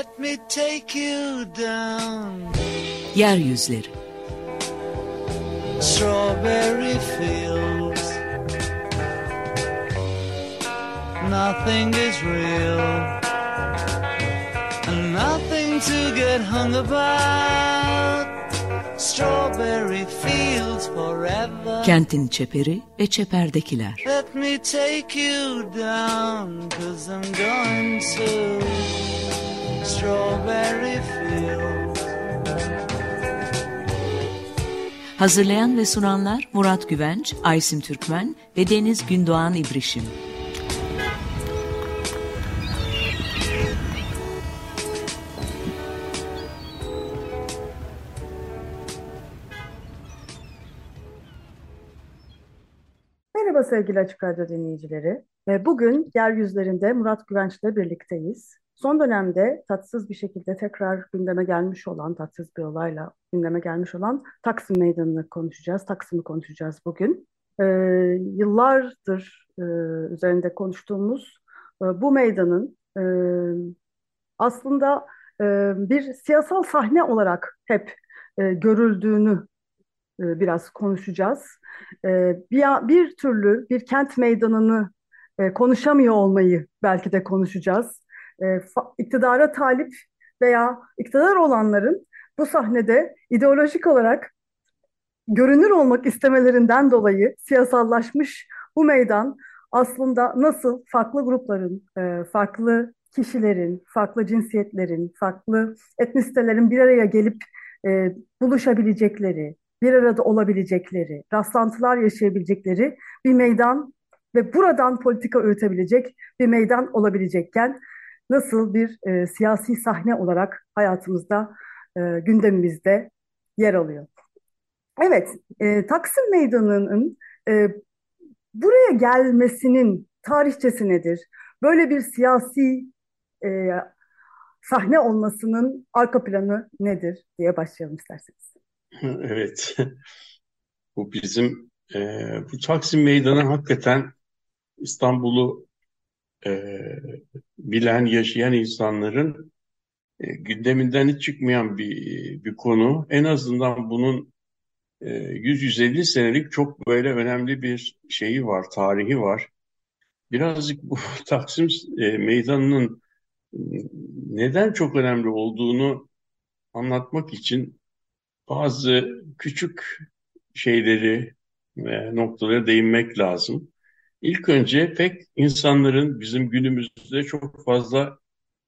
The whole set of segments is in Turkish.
Let me take you down. Yeryüzleri. Strawberry fields. Nothing is real. And nothing to get hung about. Strawberry fields forever. Kentin çeperi ve çeperdekiler. Let me take you down, 'cause I'm going to Strawberry fields. Hazırlayan ve sunanlar Murat Güvenç, Aysim Türkmen ve Deniz Gündoğan İbrişim. Merhaba sevgili Açık Radyo dinleyicileri. Bugün yeryüzlerinde Murat Güvenç'le birlikteyiz. Son dönemde tatsız bir şekilde tekrar gündeme gelmiş olan, tatsız bir olayla gündeme gelmiş olan Taksim Meydanı'nı konuşacağız. Taksim'i konuşacağız bugün. Yıllardır üzerinde konuştuğumuz bu meydanın aslında bir siyasal sahne olarak hep görüldüğünü biraz konuşacağız. Bir türlü bir kent meydanını konuşamıyor olmayı belki de konuşacağız. İktidara talip veya iktidar olanların bu sahnede ideolojik olarak görünür olmak istemelerinden dolayı siyasallaşmış bu meydan aslında nasıl farklı grupların, farklı kişilerin, farklı cinsiyetlerin, farklı etnisitelerin bir araya gelip buluşabilecekleri, bir arada olabilecekleri, rastlantılar yaşayabilecekleri bir meydan ve buradan politika üretebilecek bir meydan olabilecekken nasıl bir siyasi sahne olarak hayatımızda, gündemimizde yer alıyor. Evet, Taksim Meydanı'nın buraya gelmesinin tarihçesi nedir? Böyle bir siyasi e, sahne olmasının arka planı nedir diye başlayalım isterseniz. Evet, bu bizim bu Taksim Meydanı hakikaten İstanbul'u e, bilen, yaşayan insanların gündeminden hiç çıkmayan bir konu. En azından bunun 100-150 senelik çok böyle önemli bir şeyi var, tarihi var. Birazcık bu Taksim Meydanı'nın neden çok önemli olduğunu anlatmak için bazı küçük şeyleri ve noktalara değinmek lazım. İlk önce pek insanların bizim günümüzde çok fazla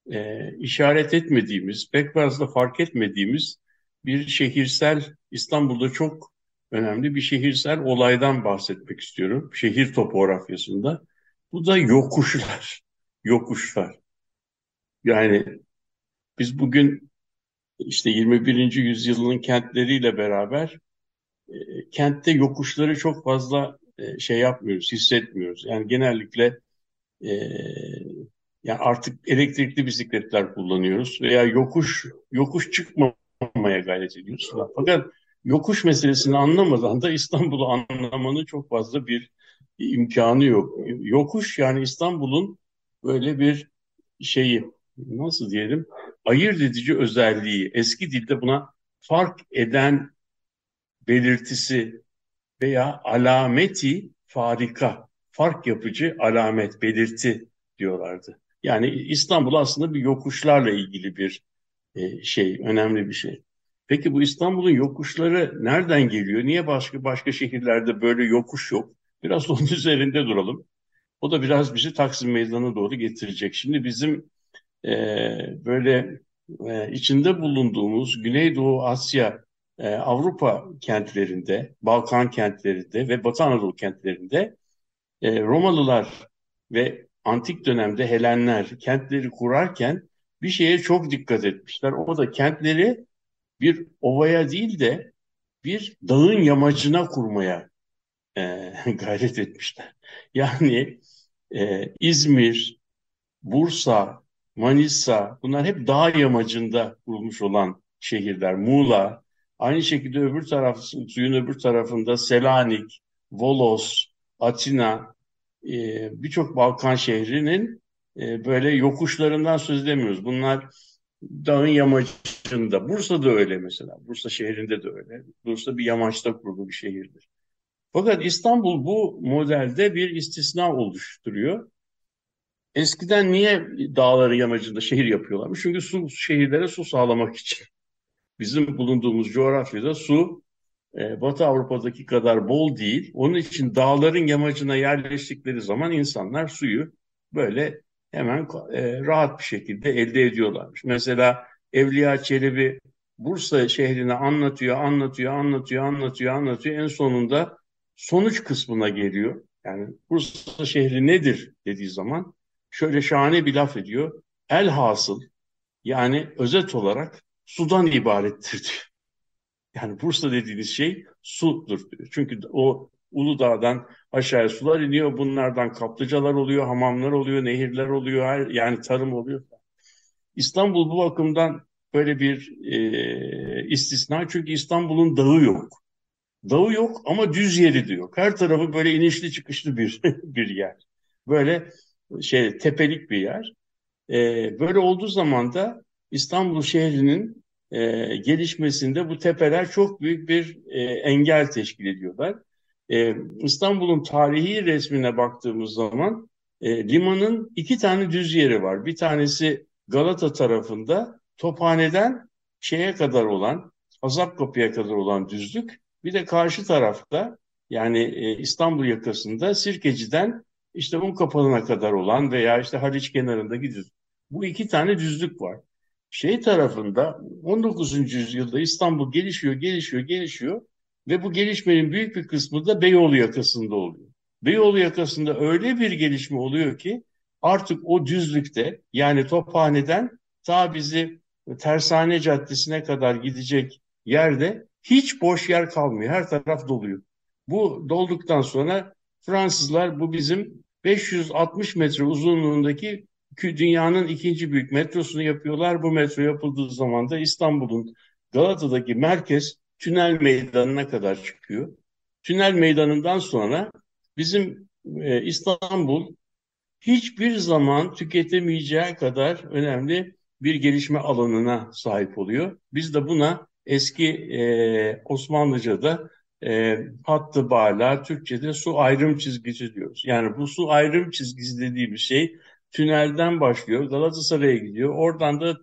işaret etmediğimiz, pek fazla fark etmediğimiz bir şehirsel, İstanbul'da çok önemli bir şehirsel olaydan bahsetmek istiyorum. Şehir topografyasında. Bu da yokuşlar. Yokuşlar. Yani biz bugün işte 21. yüzyılın kentleriyle beraber kentte yokuşları çok fazla şey yapmıyoruz, hissetmiyoruz. Yani genellikle e, yani artık elektrikli bisikletler kullanıyoruz veya yokuş çıkmamaya gayret ediyoruz. Fakat yokuş meselesini anlamadan da İstanbul'u anlamanın çok fazla bir imkanı yok. Yokuş yani İstanbul'un böyle bir şeyi nasıl diyelim ayırt edici özelliği. Eski dilde buna fark eden belirtisi veya alameti farika, fark yapıcı alamet, belirti diyorlardı. Yani İstanbul aslında bir yokuşlarla ilgili bir şey, önemli bir şey. Peki bu İstanbul'un yokuşları nereden geliyor? Niye başka şehirlerde böyle yokuş yok? Biraz onun üzerinde duralım. O da biraz bizi Taksim Meydanı'na doğru getirecek. Şimdi bizim böyle içinde bulunduğumuz Güneydoğu Asya, Avrupa kentlerinde, Balkan kentlerinde ve Batı Anadolu kentlerinde Romalılar ve antik dönemde Helenler kentleri kurarken bir şeye çok dikkat etmişler. O da kentleri bir ovaya değil de bir dağın yamacına kurmaya gayret etmişler. Yani İzmir, Bursa, Manisa bunlar hep dağ yamacında kurulmuş olan şehirler. Muğla, aynı şekilde öbür taraf, suyun öbür tarafında Selanik, Volos, Atina, birçok Balkan şehrinin böyle yokuşlarından söz edemiyoruz. Bunlar dağın yamacında. Bursa'da öyle mesela. Bursa şehrinde de öyle. Bursa bir yamaçta kurulu bir şehirdir. Fakat İstanbul bu modelde bir istisna oluşturuyor. Eskiden niye dağları yamacında şehir yapıyorlarmış? Çünkü şehirlere su sağlamak için. Bizim bulunduğumuz coğrafyada su Batı Avrupa'daki kadar bol değil. Onun için dağların yamacına yerleştikleri zaman insanlar suyu böyle hemen rahat bir şekilde elde ediyorlarmış. Mesela Evliya Çelebi Bursa şehrini anlatıyor. En sonunda sonuç kısmına geliyor. Yani Bursa şehri nedir dediği zaman şöyle şahane bir laf ediyor. Elhasıl yani özet olarak sudan ibarettir diyor. Yani Bursa dediğiniz şey sudur diyor. Çünkü o Uludağ'dan aşağıya sular iniyor. Bunlardan kaplıcalar oluyor, hamamlar oluyor, nehirler oluyor, yani tarım oluyor. İstanbul bu bakımdan böyle bir istisna. Çünkü İstanbul'un dağı yok. Dağı yok ama düz yeri de yok. Her tarafı böyle inişli çıkışlı bir bir yer. Böyle tepelik bir yer. Böyle olduğu zaman da İstanbul şehrinin gelişmesinde bu tepeler çok büyük bir engel teşkil ediyorlar. İstanbul'un tarihi resmine baktığımız zaman limanın iki tane düz yeri var. Bir tanesi Galata tarafında Tophane'den şeye kadar olan, Azapkapı'ya kadar olan düzlük. Bir de karşı tarafta yani İstanbul yakasında Sirkeci'den işte Unkapanı'na kadar olan veya işte Haliç kenarındaki düzlük. Bu iki tane düzlük var. Şey tarafında 19. yüzyılda İstanbul gelişiyor ve bu gelişmenin büyük bir kısmı da Beyoğlu yakasında oluyor. Beyoğlu yakasında öyle bir gelişme oluyor ki artık o düzlükte yani Tophane'den ta bizi Tersane Caddesi'ne kadar gidecek yerde hiç boş yer kalmıyor. Her taraf doluyor. Bu dolduktan sonra Fransızlar bu bizim 560 metre uzunluğundaki dünyanın ikinci büyük metrosunu yapıyorlar. Bu metro yapıldığı zaman da İstanbul'un Galata'daki merkez Tünel Meydanı'na kadar çıkıyor. Tünel Meydanı'ndan sonra bizim İstanbul hiçbir zaman tüketemeyeceği kadar önemli bir gelişme alanına sahip oluyor. Biz de buna eski Osmanlıca'da hattı bağlar, Türkçe'de su ayrım çizgisi diyoruz. Yani bu su ayrım çizgisi dediğimiz şey tünelden başlıyor, Galatasaray'a gidiyor. Oradan da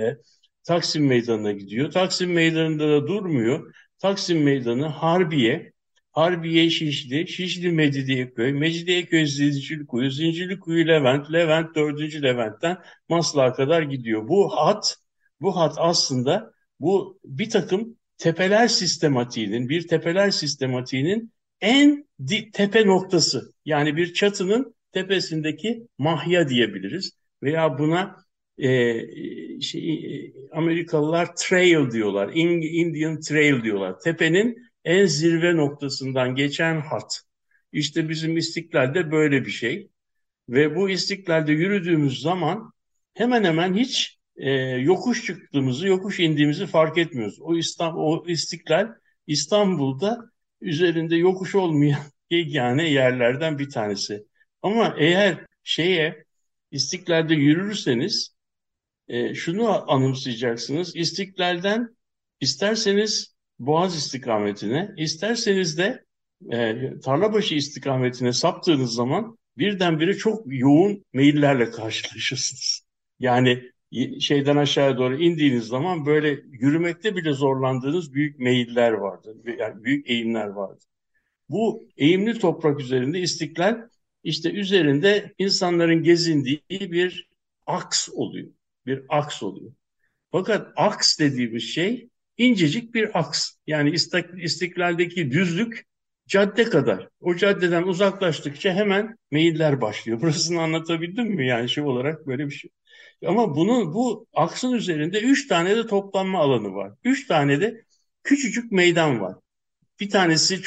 Taksim Meydanı'na gidiyor. Taksim Meydanı'nda da durmuyor. Taksim Meydanı Harbiye, Harbiye Şişli, Şişli Mecidiyeköy, Mecidiyeköy Zincirlikuyu, Zincirlikuyu Levent, Levent 4. Levent'ten Maslak'a kadar gidiyor. Bu hat aslında bu bir takım tepeler sistematiğinin en tepe noktası. Yani bir çatının tepesindeki mahya diyebiliriz. Veya buna Amerikalılar trail diyorlar, Indian Trail diyorlar. Tepenin en zirve noktasından geçen hat. İşte bizim İstiklal'de böyle bir şey. Ve bu İstiklal'de yürüdüğümüz zaman hemen hemen hiç yokuş çıktığımızı, yokuş indiğimizi fark etmiyoruz. O İstiklal İstanbul'da üzerinde yokuş olmayan yegane yerlerden bir tanesi. Ama eğer İstiklal'de yürürseniz şunu anımsayacaksınız. İstiklal'den isterseniz Boğaz istikametine, isterseniz de Tarlabaşı istikametine saptığınız zaman birdenbire çok yoğun meyillerle karşılaşırsınız. Yani şeyden aşağıya doğru indiğiniz zaman böyle yürümekte bile zorlandığınız büyük meyiller vardır. Yani büyük eğimler vardır. Bu eğimli toprak üzerinde İstiklal işte üzerinde insanların gezindiği bir aks oluyor. Bir aks oluyor. Fakat aks dediğimiz şey incecik bir aks. Yani İstiklal'deki düzlük cadde kadar. O caddeden uzaklaştıkça hemen meyiller başlıyor. Burasını anlatabildim mi? Yani şey olarak böyle bir şey. Ama bu aksın üzerinde 3 tane de toplanma alanı var. 3 tane de küçücük meydan var. Bir tanesi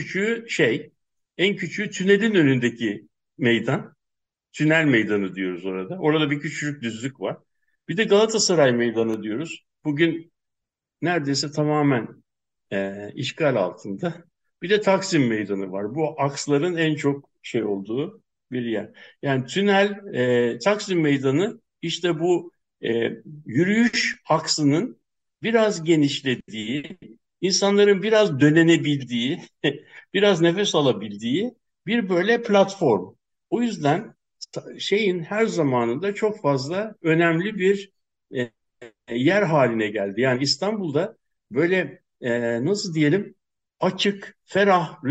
en küçüğü tünelin önündeki meydan. Tünel Meydanı diyoruz orada. Orada bir küçücük düzlük var. Bir de Galatasaray Meydanı diyoruz. Bugün neredeyse tamamen işgal altında. Bir de Taksim Meydanı var. Bu aksların en çok olduğu bir yer. Yani Taksim Meydanı işte bu yürüyüş aksının biraz genişlediği, insanların biraz dönebildiği, biraz nefes alabildiği bir böyle platform. O yüzden şeyin her zamanında çok fazla önemli bir e, yer haline geldi. Yani İstanbul'da böyle nasıl diyelim açık, ferah,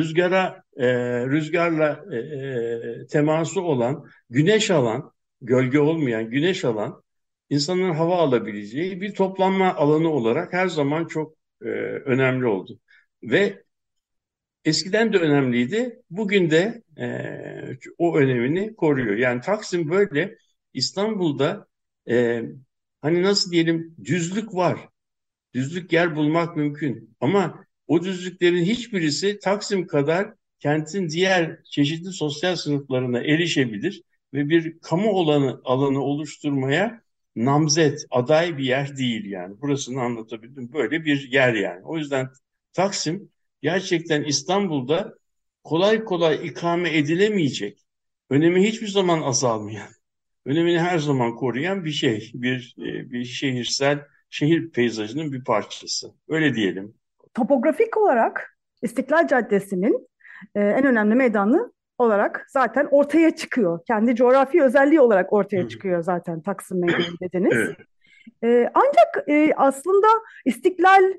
rüzgarla teması olan, güneş alan, gölge olmayan güneş alan, insanın hava alabileceği bir toplanma alanı olarak her zaman çok önemli oldu. Ve eskiden de önemliydi, bugün de o önemini koruyor. Yani Taksim böyle İstanbul'da e, hani nasıl diyelim düzlük var. Düzlük yer bulmak mümkün. Ama o düzlüklerin hiçbirisi Taksim kadar kentin diğer çeşitli sosyal sınıflarına erişebilir ve bir kamu alanı oluşturmaya namzet, aday bir yer değil yani. Burasını anlatabildim. Böyle bir yer yani. O yüzden Taksim gerçekten İstanbul'da kolay kolay ikame edilemeyecek, önemi hiçbir zaman azalmayan, önemini her zaman koruyan bir şey, bir şehir peyzajının bir parçası. Öyle diyelim. Topografik olarak İstiklal Caddesi'nin en önemli meydanı olarak zaten ortaya çıkıyor. Kendi coğrafi özelliği olarak ortaya Hı. çıkıyor zaten Taksim Meydanı dediniz. Evet, Ancak aslında İstiklal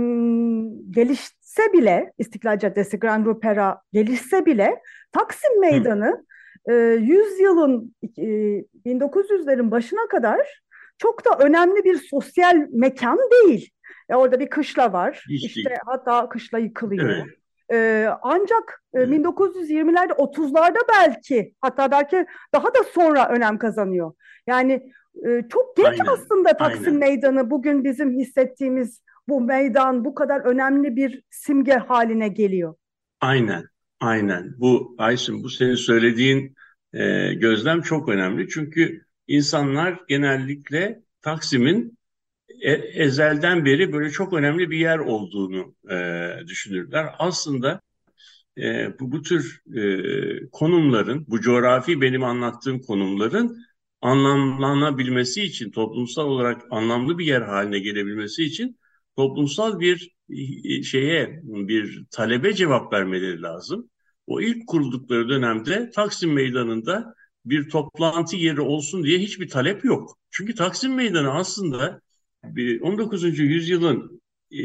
gelişse bile, İstiklal Caddesi, Grand Opera gelişse bile Taksim hı, Meydanı 100 yılın 1900'lerin başına kadar çok da önemli bir sosyal mekan değil. Orada bir kışla var. hiç İşte değil. hatta kışla yıkılıyor. Evet, Ancak evet. 1920'lerde, 30'larda belki, hatta belki daha da sonra önem kazanıyor. Yani çok geç Aynen, aslında Taksim aynen, Meydanı bugün bizim hissettiğimiz bu meydan bu kadar önemli bir simge haline geliyor. aynen, aynen. Bu Aysun, bu senin söylediğin gözlem çok önemli. Çünkü insanlar genellikle Taksim'in ezelden beri böyle çok önemli bir yer olduğunu düşünürler. Aslında bu tür konumların, bu coğrafi benim anlattığım konumların anlamlanabilmesi için, toplumsal olarak anlamlı bir yer haline gelebilmesi için toplumsal bir talebe cevap vermeleri lazım. O ilk kuruldukları dönemde Taksim Meydanı'nda bir toplantı yeri olsun diye hiçbir talep yok. Çünkü Taksim Meydanı aslında 19. yüzyılın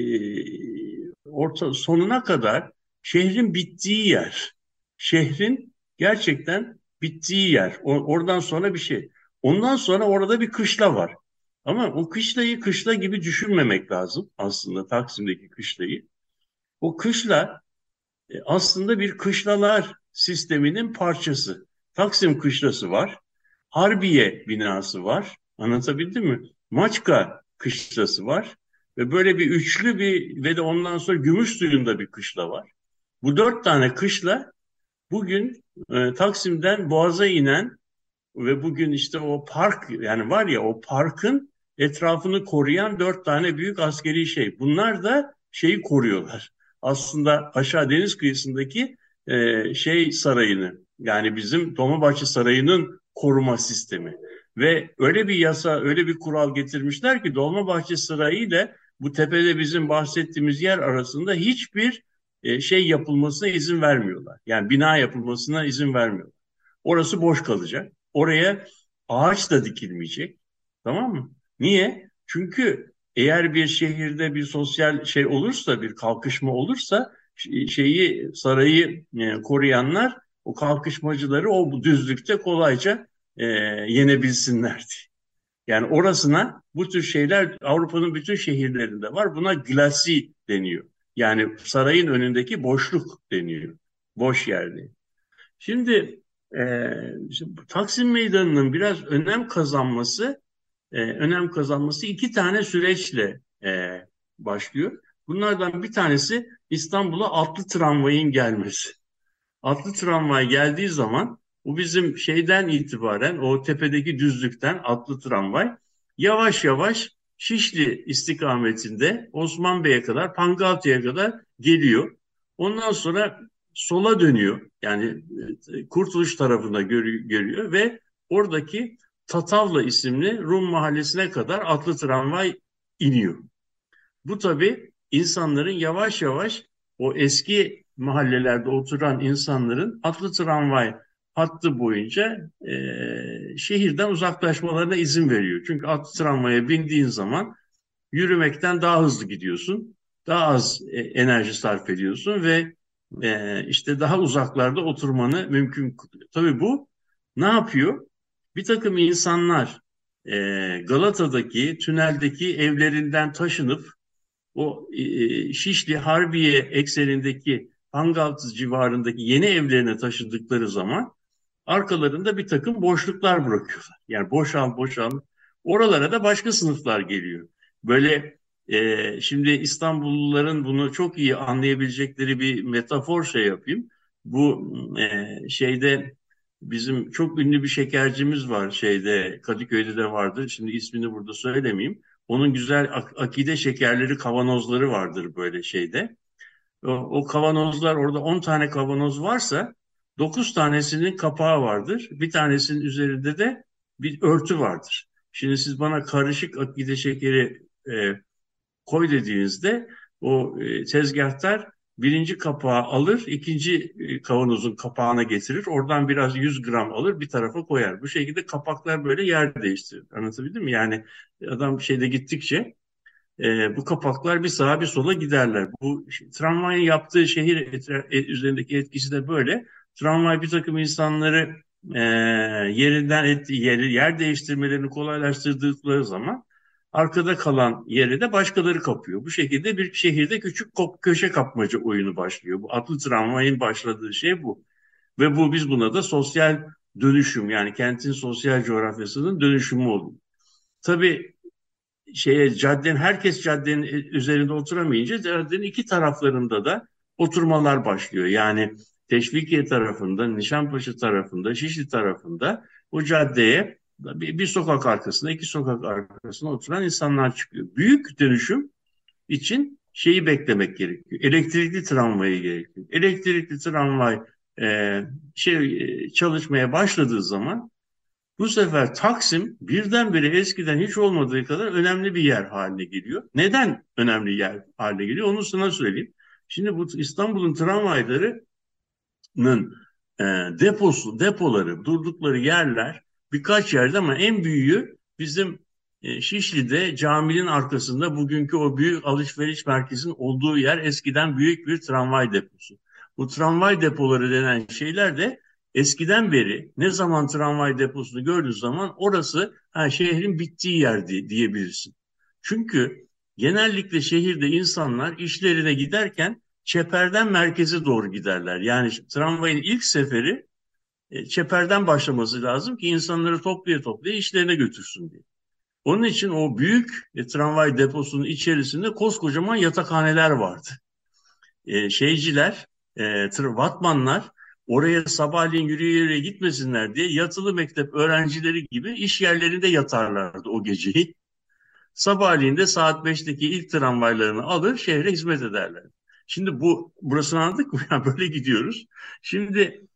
orta sonuna kadar şehrin bittiği yer. Şehrin gerçekten bittiği yer. Oradan sonra bir şey. Ondan sonra orada bir kışla var. Ama o kışlayı kışla gibi düşünmemek lazım aslında Taksim'deki kışlayı. O kışla aslında bir kışlalar sisteminin parçası. Taksim kışlası var. Harbiye binası var. Anlatabildim mi? Maçka kışlası var. Ve böyle bir üçlü ve de ondan sonra Gümüşsuyu'nda bir kışla var. Bu dört tane kışla bugün Taksim'den Boğaz'a inen ve bugün işte o park yani var ya o parkın etrafını koruyan dört tane büyük askeri şey. Bunlar da şeyi koruyorlar. Aslında aşağı deniz kıyısındaki şey sarayını yani bizim Dolmabahçe Sarayı'nın koruma sistemi. Ve öyle bir yasa, öyle bir kural getirmişler ki Dolmabahçe Sarayı ile bu tepede bizim bahsettiğimiz yer arasında hiçbir şey yapılmasına izin vermiyorlar. Yani bina yapılmasına izin vermiyorlar. Orası boş kalacak. Oraya ağaç da dikilmeyecek. Tamam mı? Niye? Çünkü eğer bir şehirde bir sosyal şey olursa, bir kalkışma olursa sarayı koruyanlar o kalkışmacıları o bu düzlükte kolayca yenebilsinler diye. Yani orasına bu tür şeyler Avrupa'nın bütün şehirlerinde var. Buna glasi deniyor. Yani sarayın önündeki boşluk deniyor. Boş yer deniyor. Şimdi Taksim Meydanı'nın biraz önem kazanması iki tane süreçle başlıyor. Bunlardan bir tanesi İstanbul'a atlı tramvayın gelmesi. Atlı tramvay geldiği zaman bu bizim şeyden itibaren o tepedeki düzlükten atlı tramvay yavaş yavaş Şişli istikametinde Osman Bey'e kadar Pangaltı'ya kadar geliyor. Ondan sonra sola dönüyor. Yani Kurtuluş tarafına görüyor ve oradaki Tatavla isimli Rum mahallesine kadar atlı tramvay iniyor. Bu tabii insanların yavaş yavaş o eski mahallelerde oturan insanların atlı tramvay hattı boyunca şehirden uzaklaşmalarına izin veriyor. Çünkü atlı tramvaya bindiğin zaman yürümekten daha hızlı gidiyorsun. Daha az enerji sarf ediyorsun ve işte daha uzaklarda oturmanı mümkün kılıyor. Tabii bu ne yapıyor? Bir takım insanlar Galata'daki tüneldeki evlerinden taşınıp o Şişli Harbiye eksenindeki Hangaltı civarındaki yeni evlerine taşındıkları zaman arkalarında bir takım boşluklar bırakıyorlar. Yani boşal. Oralara da başka sınıflar geliyor. Böyle şimdi İstanbulluların bunu çok iyi anlayabilecekleri bir metafor şey yapayım. Bu şeyde bizim çok ünlü bir şekercimiz var şeyde Kadıköy'de de vardır. Şimdi ismini burada söylemeyeyim. Onun güzel akide şekerleri kavanozları vardır böyle şeyde. O kavanozlar orada 10 tane kavanoz varsa 9 tanesinin kapağı vardır. Bir tanesinin üzerinde de bir örtü vardır. Şimdi siz bana karışık akide şekeri koy dediğinizde o tezgahtar birinci kapağı alır, ikinci kavanozun kapağına getirir. Oradan biraz 100 gram alır, bir tarafa koyar. Bu şekilde kapaklar böyle yer değiştirir. Anlatabildim mi? Yani adam şeyde gittikçe bu kapaklar bir sağa bir sola giderler. Bu tramvayın yaptığı şehir üzerindeki etkisi de böyle. Tramvay bir takım insanları yer değiştirmelerini kolaylaştırdıkları zaman arkada kalan yeri de başkaları kapıyor. Bu şekilde bir şehirde küçük köşe kapmaca oyunu başlıyor. Bu atlı tramvayın başladığı şey bu. Ve biz buna da sosyal dönüşüm yani kentin sosyal coğrafyasının dönüşümü oluyor. Tabii herkes caddenin üzerinde oturamayınca caddenin iki taraflarında da oturmalar başlıyor. Yani Teşvikiye tarafında, Nişantaşı tarafında, Şişli tarafında o caddeye bir sokak arkasında, iki sokak arkasında oturan insanlar çıkıyor. Büyük dönüşüm için şeyi beklemek gerekiyor. Elektrikli tramvayı gerekiyor. Elektrikli tramvay e, çalışmaya başladığı zaman bu sefer Taksim birdenbire eskiden hiç olmadığı kadar önemli bir yer haline geliyor. Neden önemli yer haline geliyor? Onu sana söyleyeyim. Şimdi bu İstanbul'un tramvaylarının e, depoları, durdukları yerler birkaç yerde ama en büyüğü bizim Şişli'de caminin arkasında bugünkü o büyük alışveriş merkezinin olduğu yer eskiden büyük bir tramvay deposu. Bu tramvay depoları denen şeyler de eskiden beri ne zaman tramvay deposunu gördüğün zaman orası şehrin bittiği yer diyebilirsin. Çünkü genellikle şehirde insanlar işlerine giderken çeperden merkeze doğru giderler. Yani tramvayın ilk seferi çeperden başlaması lazım ki insanları toplaya işlerine götürsün diye. Onun için o büyük tramvay deposunun içerisinde koskocaman yatakhaneler vardı. Şeyciler, vatmanlar oraya sabahleyin yürüyerek gitmesinler diye yatılı mektep öğrencileri gibi iş yerlerinde yatarlardı o geceyi. Sabahleyin de saat 5'teki ilk tramvaylarını alır şehre hizmet ederler. Şimdi burasını anladık mı? Yani böyle gidiyoruz. Şimdi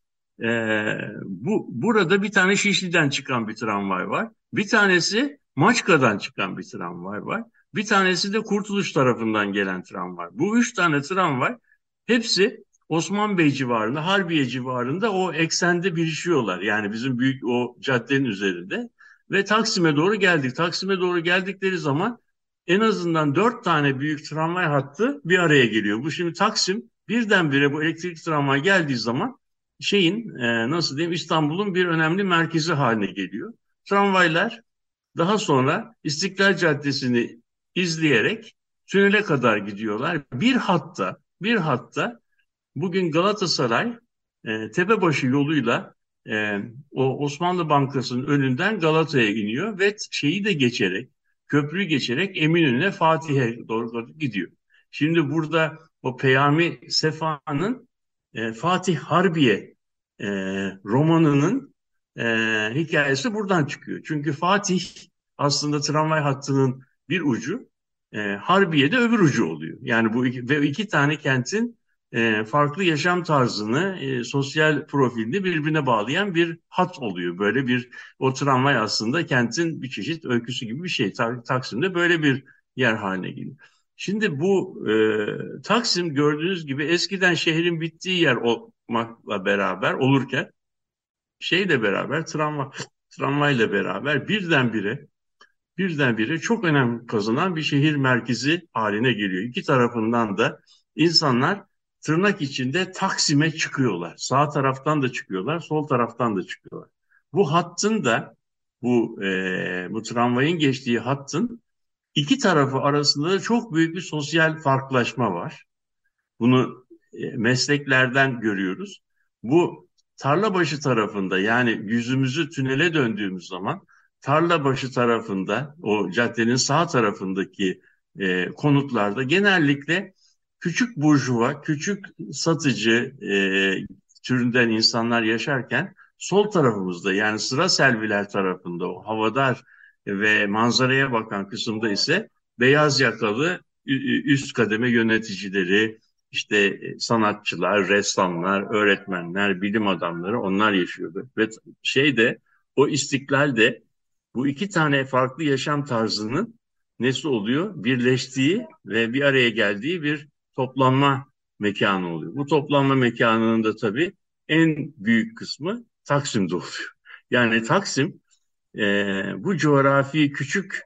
burada bir tane Şişli'den çıkan bir tramvay var. Bir tanesi Maçka'dan çıkan bir tramvay var. Bir tanesi de Kurtuluş tarafından gelen tramvay. Bu üç tane tramvay hepsi Osman Bey civarında, Harbiye civarında o eksende birleşiyorlar. Yani bizim büyük o caddenin üzerinde. Ve Taksim'e doğru geldik. Taksim'e doğru geldikleri zaman en azından 4 tane büyük tramvay hattı bir araya geliyor. Bu şimdi Taksim birdenbire bu elektrik tramvay geldiği zaman nasıl diyeyim İstanbul'un bir önemli merkezi haline geliyor. Tramvaylar daha sonra İstiklal Caddesi'ni izleyerek tünele kadar gidiyorlar. Bir hatta bugün Galatasaray Tepebaşı yoluyla o Osmanlı Bankası'nın önünden Galata'ya iniyor ve köprüyü geçerek Eminönü'ne Fatih'e doğru gidiyor. Şimdi burada o Peyami Sefa'nın Fatih Harbiye e, romanının e, hikayesi buradan çıkıyor. Çünkü Fatih aslında tramvay hattının bir ucu, Harbiye'de öbür ucu oluyor. Yani bu iki tane kentin farklı yaşam tarzını, sosyal profilini birbirine bağlayan bir hat oluyor. Böyle bir, o tramvay aslında kentin bir çeşit öyküsü gibi bir şey. Taksim'de böyle bir yer haline geliyor. Şimdi bu Taksim gördüğünüz gibi eskiden şehrin bittiği yer olmakla beraber olurken şeyle beraber tramvayla beraber birdenbire çok önem kazanan bir şehir merkezi haline geliyor. İki tarafından da insanlar tırnak içinde Taksim'e çıkıyorlar. Sağ taraftan da çıkıyorlar, sol taraftan da çıkıyorlar. Bu hattın da bu tramvayın geçtiği hattın iki tarafı arasında da çok büyük bir sosyal farklılaşma var. Bunu mesleklerden görüyoruz. Bu Tarlabaşı tarafında, yani yüzümüzü tünele döndüğümüz zaman Tarlabaşı tarafında, o caddenin sağ tarafındaki konutlarda genellikle küçük burjuva, küçük satıcı türünden insanlar yaşarken, sol tarafımızda, yani Sıra Selviler tarafında, o havadar ve manzaraya bakan kısımda ise beyaz yakalı üst kademe yöneticileri, işte sanatçılar, ressamlar, öğretmenler, bilim adamları, onlar yaşıyordu. Ve o istiklalde bu iki tane farklı yaşam tarzının nesi oluyor? Birleştiği ve bir araya geldiği bir toplanma mekanı oluyor. Bu toplanma mekanının da tabii en büyük kısmı Taksim'de oluyor. Yani Taksim bu coğrafi küçük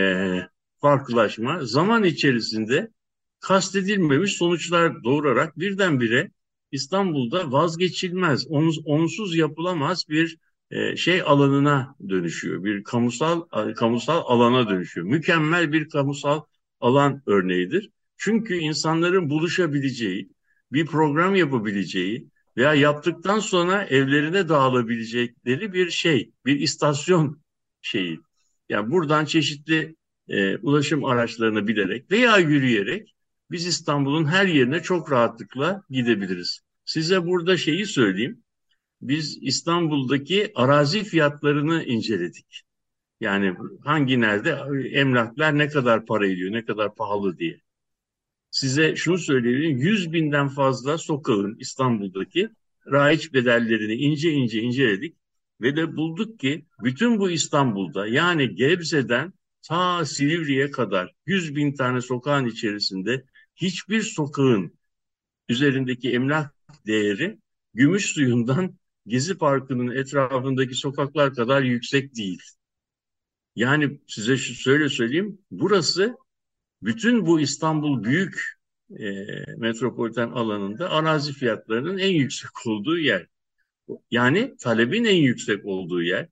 farklılaşma zaman içerisinde kastedilmemiş sonuçlar doğurarak birdenbire İstanbul'da vazgeçilmez, onsuz yapılamaz bir şey alanına dönüşüyor. Bir kamusal alana dönüşüyor. Mükemmel bir kamusal alan örneğidir. Çünkü insanların buluşabileceği, bir program yapabileceği veya yaptıktan sonra evlerine dağılabilecekleri bir şey, bir istasyon şeyi. Yani buradan çeşitli ulaşım araçlarını bilerek veya yürüyerek biz İstanbul'un her yerine çok rahatlıkla gidebiliriz. Size burada şeyi söyleyeyim. Biz İstanbul'daki arazi fiyatlarını inceledik. Yani nerede emlaklar ne kadar para ediyor, ne kadar pahalı diye. Size şunu söyleyebilirim. 100 binden fazla sokağın İstanbul'daki raiç bedellerini ince ince inceledik. Ve de bulduk ki bütün bu İstanbul'da, yani Gebze'den ta Silivri'ye kadar 100 bin tane sokağın içerisinde hiçbir sokağın üzerindeki emlak değeri Gümüşsuyu'ndan Gezi Parkı'nın etrafındaki sokaklar kadar yüksek değil. Yani size şöyle söyleyeyim, burası bütün bu İstanbul büyük metropoliten alanında arazi fiyatlarının en yüksek olduğu yer. Yani talebin en yüksek olduğu yer.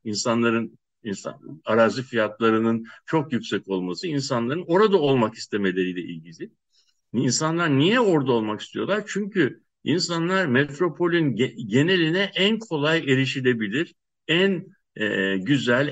Arazi fiyatlarının çok yüksek olması insanların orada olmak istemeleriyle ilgili. İnsanlar niye orada olmak istiyorlar? Çünkü insanlar metropolün geneline en kolay erişilebilir, en güzel,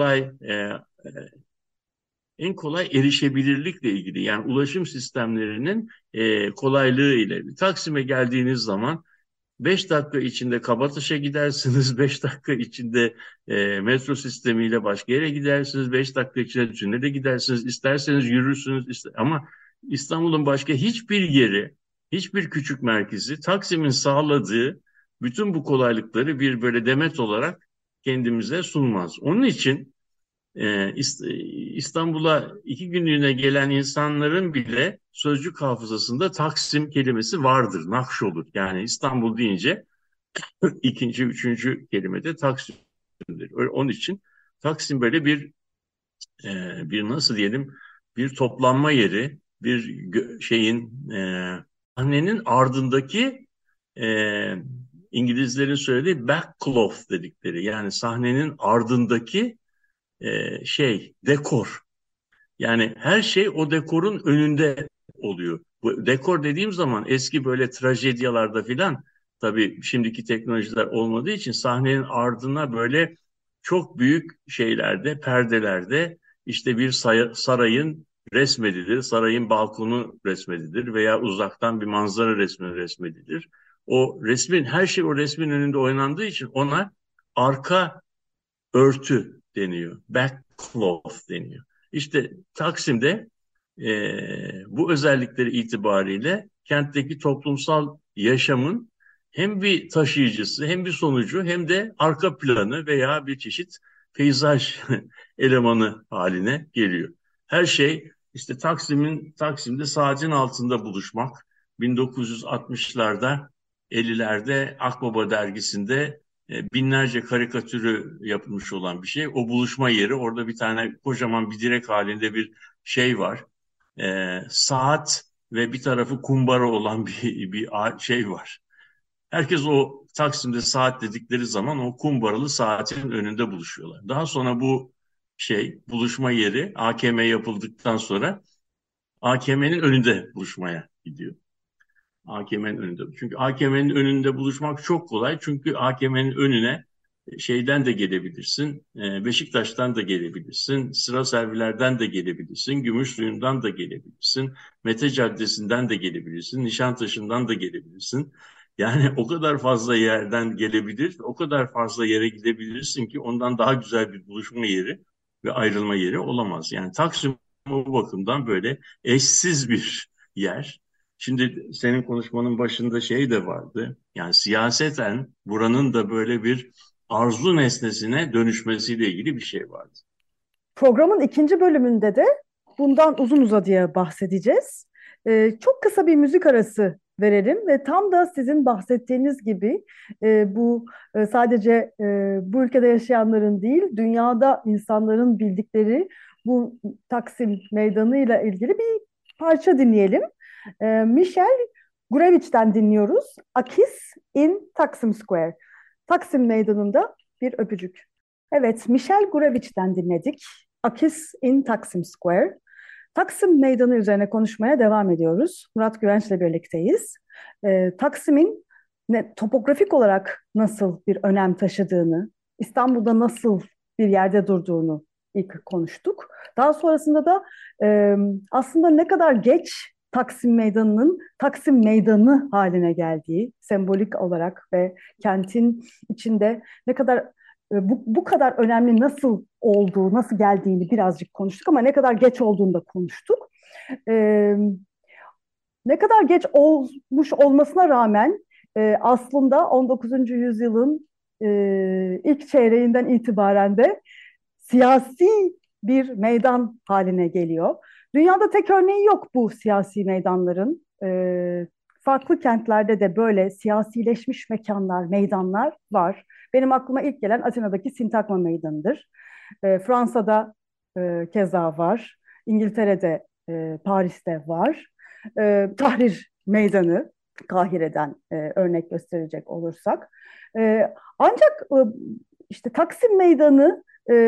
en kolay erişebilirlikle ilgili, yani ulaşım sistemlerinin kolaylığı ile. Taksim'e geldiğiniz zaman 5 dakika içinde Kabataş'a gidersiniz, 5 dakika içinde metro sistemiyle başka yere gidersiniz, 5 dakika içinde tünele gidersiniz, isterseniz yürürsünüz. Ama İstanbul'un başka hiçbir yeri, hiçbir küçük merkezi Taksim'in sağladığı bütün bu kolaylıkları bir böyle demet olarak kendimize sunmaz. Onun için İstanbul'a 2 günlüğüne gelen insanların bile sözcük hafızasında Taksim kelimesi vardır, nakş olur. Yani İstanbul deyince ikinci, üçüncü kelimede Taksim'dir. Onun için Taksim böyle bir nasıl diyelim, bir toplanma yeri, bir sahnenin ardındaki e, İngilizlerin söylediği backcloth dedikleri, yani sahnenin ardındaki dekor. Yani her şey o dekorun önünde oluyor. Bu dekor dediğim zaman eski böyle trajedyalarda filan, tabii şimdiki teknolojiler olmadığı için sahnenin ardına böyle çok büyük şeylerde, perdelerde işte bir sarayın resmedilir, sarayın balkonu resmedilir veya uzaktan bir manzara resmedilir. Her şey o resmin önünde oynandığı için ona arka örtü deniyor. Backcloth deniyor. İşte Taksim'de bu özellikleri itibariyle kentteki toplumsal yaşamın hem bir taşıyıcısı, hem bir sonucu, hem de arka planı veya bir çeşit peyzaj elemanı haline geliyor. Her şey işte Taksim'de saatin altında buluşmak, 1960'larda 50'lerde Akbaba dergisinde binlerce karikatürü yapılmış olan bir şey. O buluşma yeri, orada bir tane kocaman bir direk halinde bir şey var. Saat ve bir tarafı kumbara olan bir şey var. Herkes o Taksim'de saat dedikleri zaman o kumbaralı saatin önünde buluşuyorlar. Daha sonra bu buluşma yeri AKM yapıldıktan sonra AKM'nin önünde buluşmaya gidiyor. AKM'nin önünde. Çünkü AKM'nin önünde buluşmak çok kolay. Çünkü AKM'nin önüne şeyden de gelebilirsin, Beşiktaş'tan da gelebilirsin, Sıra Servilerden de gelebilirsin, Gümüşsuyu'ndan da gelebilirsin, Mete Caddesi'nden de gelebilirsin, Nişantaşı'ndan da gelebilirsin. Yani o kadar fazla yerden gelebilir, o kadar fazla yere gidebilirsin ki ondan daha güzel bir buluşma yeri ve ayrılma yeri olamaz. Yani Taksim o bakımdan böyle eşsiz bir yer. Şimdi senin konuşmanın başında şey de vardı. Yani siyaseten buranın da böyle bir arzu nesnesine dönüşmesiyle ilgili bir şey vardı. Programın ikinci bölümünde de bundan uzun uzadıya bahsedeceğiz. Çok kısa bir müzik arası verelim ve tam da sizin bahsettiğiniz gibi bu sadece bu ülkede yaşayanların değil, dünyada insanların bildikleri bu Taksim Meydanı ile ilgili bir parça dinleyelim. Michel Gurevich'ten dinliyoruz. A Kiss in Taksim Square. Taksim Meydanı'nda bir öpücük. Evet, Michel Gurevich'ten dinledik. A Kiss in Taksim Square. Taksim Meydanı üzerine konuşmaya devam ediyoruz. Murat Güvenç'le birlikteyiz. Taksim'in topografik olarak nasıl bir önem taşıdığını, İstanbul'da nasıl bir yerde durduğunu ilk konuştuk. Daha sonrasında da aslında ne kadar geç Taksim Meydanı'nın Taksim Meydanı haline geldiği sembolik olarak ve kentin içinde ne kadar bu kadar önemli nasıl olduğu, nasıl geldiğini birazcık konuştuk ama ne kadar geç olduğunu da konuştuk. Ee, Ne kadar geç olmuş olmasına rağmen aslında 19. yüzyılın ilk çeyreğinden itibaren de siyasi bir meydan haline geliyor. Dünyada tek örneği yok bu siyasi meydanların. Farklı kentlerde de böyle siyasileşmiş mekanlar, meydanlar var. Benim aklıma ilk gelen Atina'daki Sintakma Meydanı'dır. Fransa'da keza var. İngiltere'de, Paris'te var. Tahrir Meydanı, Kahire'den örnek gösterecek olursak. Ancak işte Taksim Meydanı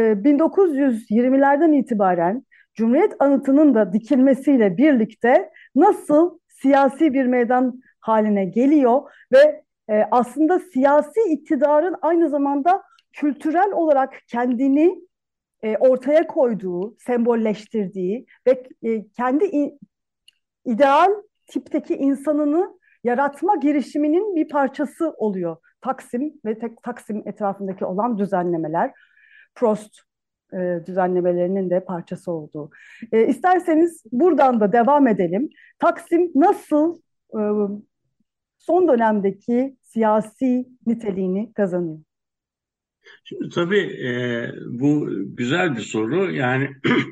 1920'lerden itibaren Cumhuriyet Anıtı'nın da dikilmesiyle birlikte nasıl siyasi bir meydan haline geliyor ve aslında siyasi iktidarın aynı zamanda kültürel olarak kendini ortaya koyduğu, sembolleştirdiği ve kendi ideal tipteki insanını yaratma girişiminin bir parçası oluyor. Taksim ve Taksim etrafındaki olan düzenlemeler, Prost düzenlemelerinin de parçası olduğu. İsterseniz buradan da devam edelim. Taksim nasıl e, son dönemdeki siyasi niteliğini kazanıyor? Şimdi tabii bu güzel bir soru. Yani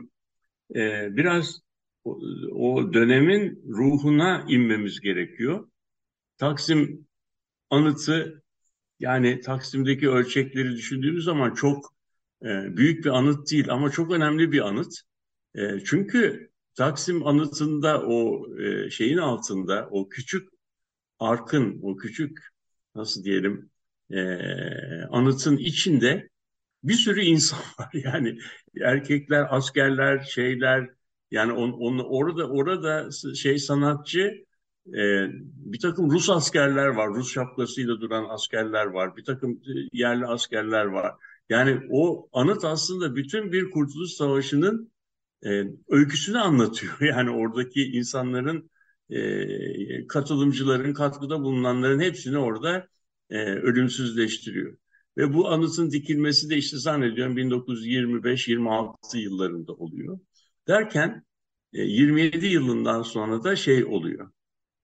biraz o dönemin ruhuna inmemiz gerekiyor. Taksim anıtı, yani Taksim'deki ölçekleri düşündüğümüz zaman çok büyük bir anıt değil ama çok önemli bir anıt. Çünkü Taksim anıtında o şeyin altında, o küçük arkın, o küçük nasıl diyelim anıtın içinde bir sürü insan var. Yani erkekler, askerler, şeyler, yani orada sanatçı, bir takım Rus askerler var. Rus şapkasıyla duran askerler var. Bir takım yerli askerler var. Yani o anıt aslında bütün bir Kurtuluş Savaşı'nın öyküsünü anlatıyor. Yani oradaki insanların, katılımcıların, katkıda bulunanların hepsini orada ölümsüzleştiriyor. Ve bu anıtın dikilmesi de işte zannediyorum 1925-26 yıllarında oluyor. Derken 27 yılından sonra da şey oluyor.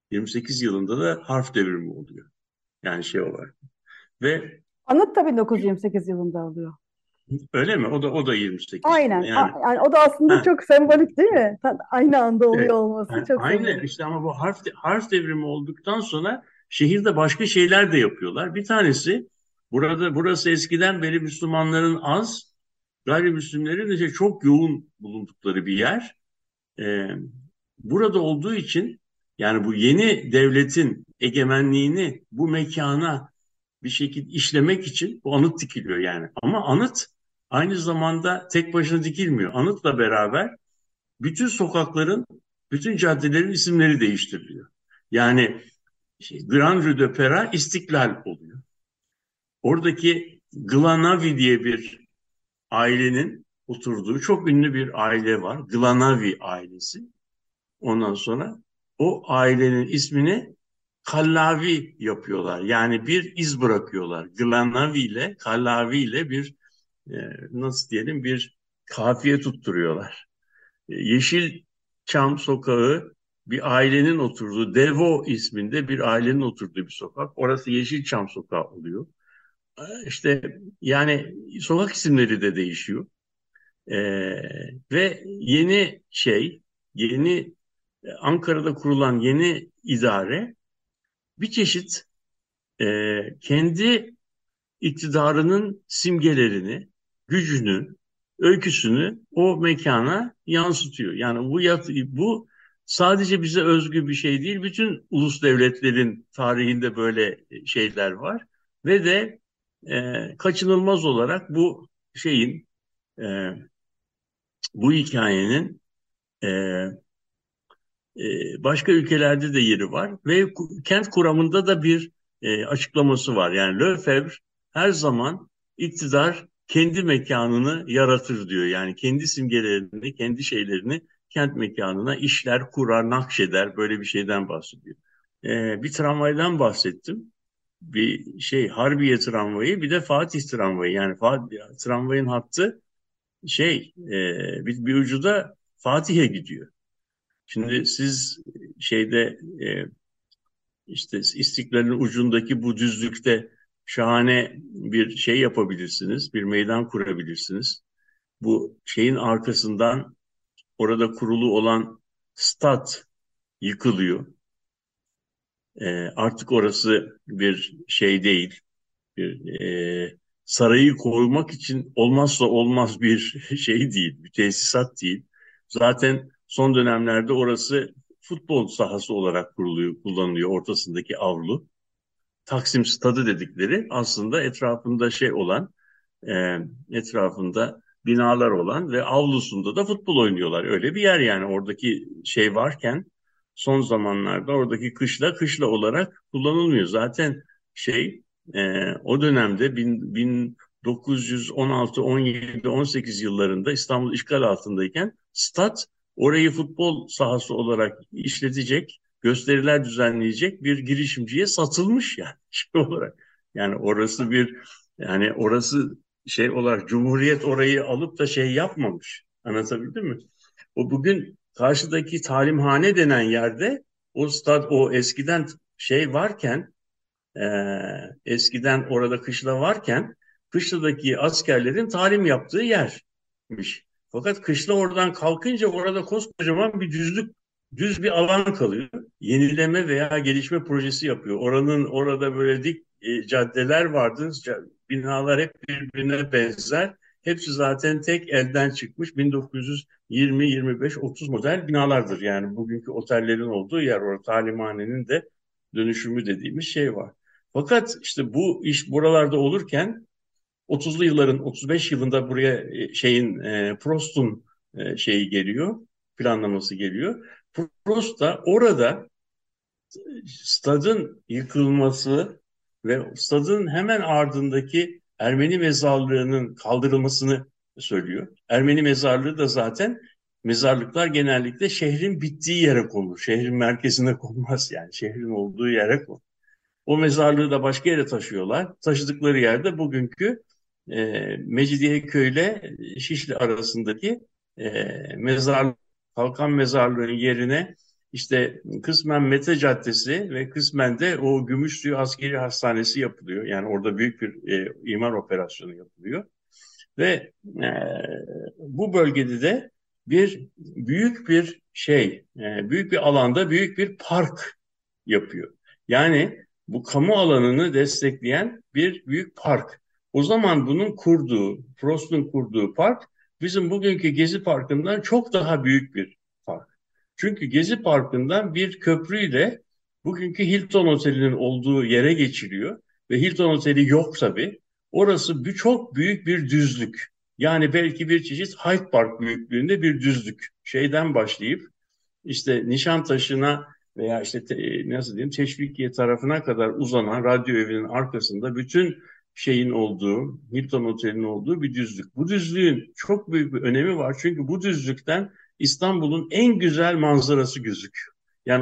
28 yılında da harf devrimi oluyor. Yani şey olarak. Ve Anıt da 1928 yılında oluyor. öyle mi? O da 28 yılında. Aynen. Yani Yani o da aslında ha, çok sembolik değil mi? Aynı anda oluyor evet. olması çok Aynen sembolik. işte ama bu harf devrimi olduktan sonra şehirde başka şeyler de yapıyorlar. Bir tanesi burası eskiden beri Müslümanların az, gayrimüslimlerin de çok yoğun bulundukları bir yer. Ee, Burada olduğu için yani bu yeni devletin egemenliğini bu mekana bir şekilde işlemek için bu anıt dikiliyor yani. Ama anıt aynı zamanda tek başına dikilmiyor. Anıtla beraber bütün sokakların, bütün caddelerin isimleri değiştiriliyor. Yani Grand Rue de Pera İstiklal oluyor. Oradaki Glanavi diye bir ailenin oturduğu çok ünlü bir aile var. Glanavi ailesi. Ondan sonra o ailenin ismini Kallavi yapıyorlar. Yani bir iz bırakıyorlar. Glanavi ile Kallavi ile bir nasıl diyelim bir kafiye tutturuyorlar. Yeşilçam Sokağı bir ailenin oturduğu, Devo isminde bir ailenin oturduğu bir sokak. Orası Yeşilçam Sokağı oluyor. İşte yani sokak isimleri de değişiyor. Ve yeni Ankara'da kurulan yeni idare bir çeşit kendi iktidarının simgelerini, gücünü, öyküsünü o mekana yansıtıyor. Yani bu sadece bize özgü bir şey değil. Bütün ulus devletlerin tarihinde böyle şeyler var ve de kaçınılmaz olarak şeyin e, bu hikayenin e, başka ülkelerde de yeri var ve kent kuramında da bir açıklaması var. Yani Lefebvre her zaman iktidar kendi mekanını yaratır diyor. Yani kendi simgelerini, kendi şeylerini kent mekanına işler, kurar, nakşeder böyle bir şeyden bahsediyor. Bir tramvaydan bahsettim. Bir Harbiye tramvayı bir de Fatih tramvayı. Yani tramvayın hattı bir ucu da Fatih'e gidiyor. Şimdi siz şeyde işte İstiklal'in ucundaki bu düzlükte şahane bir şey yapabilirsiniz, bir meydan kurabilirsiniz. Bu şeyin arkasından orada kurulu olan stat yıkılıyor. Artık orası bir şey değil, bir sarayı korumak için olmazsa olmaz bir şey değil, bir tesisat değil. Zaten son dönemlerde orası futbol sahası olarak kullanılıyor ortasındaki avlu. Taksim Stadı dedikleri aslında etrafında e, etrafında binalar olan ve avlusunda da futbol oynuyorlar. Öyle bir yer yani oradaki şey varken son zamanlarda oradaki kışla olarak kullanılmıyor. Zaten o dönemde 1916, 17, 18 yıllarında İstanbul işgal altındayken stat orayı futbol sahası olarak işletecek, gösteriler düzenleyecek bir girişimciye satılmış yani şey olarak. Yani orası şey olarak Cumhuriyet orayı alıp da şey yapmamış. Anlatabildim mi? O bugün karşıdaki talimhane denen yerde o eskiden varken eskiden orada kışla varken kışladaki askerlerin talim yaptığı yermiş. Fakat kışla oradan kalkınca orada koskocaman düz bir alan kalıyor. Yenileme veya gelişme projesi yapıyor. Orada böyle dik caddeler vardı. Binalar hep birbirine benzer. Hepsi zaten tek elden çıkmış 1920, 25, 30 model binalardır. Yani bugünkü otellerin olduğu yer orada talimhanenin de dönüşümü dediğimiz şey var. Fakat işte bu iş buralarda olurken 30'lu yılların 35 yılında buraya Prost'un şeyi geliyor, planlaması geliyor. Prost da orada stadın yıkılması ve stadın hemen ardındaki Ermeni mezarlığının kaldırılmasını söylüyor. Ermeni mezarlığı da zaten mezarlıklar genellikle şehrin bittiği yere konur. Şehrin merkezine konmaz yani şehrin olduğu yere konur. O mezarlığı da başka yere taşıyorlar. Taşıdıkları yerde bugünkü Mecidiyeköy ile Şişli arasındaki mezar Kalkan mezarlığının yerine işte kısmen Mete Caddesi ve kısmen de o Gümüşsuyu Askeri Hastanesi yapılıyor. Yani orada büyük bir imar operasyonu yapılıyor. Ve e, bu bölgede de büyük bir büyük bir alanda büyük bir park yapıyor. Yani bu kamu alanını destekleyen bir büyük park. O zaman Frost'un kurduğu park bizim bugünkü Gezi Parkı'ndan çok daha büyük bir park. Çünkü Gezi Parkı'ndan bir köprüyle bugünkü Hilton Oteli'nin olduğu yere geçiliyor ve Hilton Oteli yok tabii. Orası çok büyük bir düzlük. Yani belki bir çeşit Hyde Park büyüklüğünde bir düzlük. Şeyden başlayıp işte Nişantaşı'na veya işte nasıl diyeyim Teşvikiye tarafına kadar uzanan radyo evinin arkasında bütün şeyin olduğu, Hilton Oteli'nin olduğu bir düzlük. Bu düzlüğün çok büyük bir önemi var. Çünkü bu düzlükten İstanbul'un en güzel manzarası gözüküyor. Yani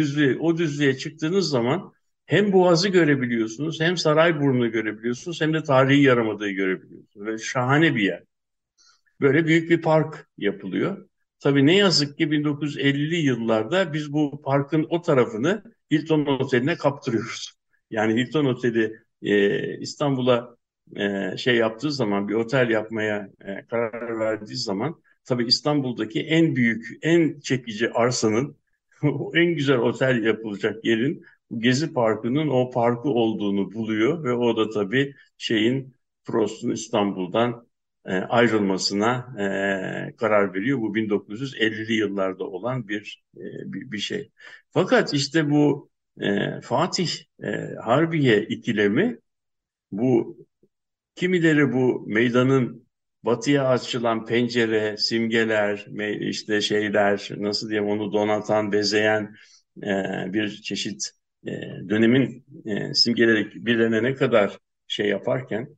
o düzlüğe çıktığınız zaman hem Boğaz'ı görebiliyorsunuz, hem Sarayburnu'nu görebiliyorsunuz, hem de tarihi Yarımada'yı görebiliyorsunuz. Ve şahane bir yer. Böyle büyük bir park yapılıyor. Tabii ne yazık ki 1950'li yıllarda biz bu parkın o tarafını Hilton Oteli'ne kaptırıyoruz. Yani Hilton Oteli İstanbul'a şey yaptığı zaman, bir otel yapmaya karar verdiği zaman, tabii İstanbul'daki en büyük, en çekici arsanın, o en güzel otel yapılacak yerin Gezi Parkı'nın o parkı olduğunu buluyor ve o da tabii Frost'un İstanbul'dan ayrılmasına karar veriyor. Bu 1950'li yıllarda olan bir şey. Fakat işte bu Fatih Harbiye ikilemi, bu kimileri bu meydanın batıya açılan pencere, simgeler, işte şeyler, nasıl diyeyim, onu donatan, bezeyen bir çeşit dönemin simgeleri birilerine ne kadar şey yaparken,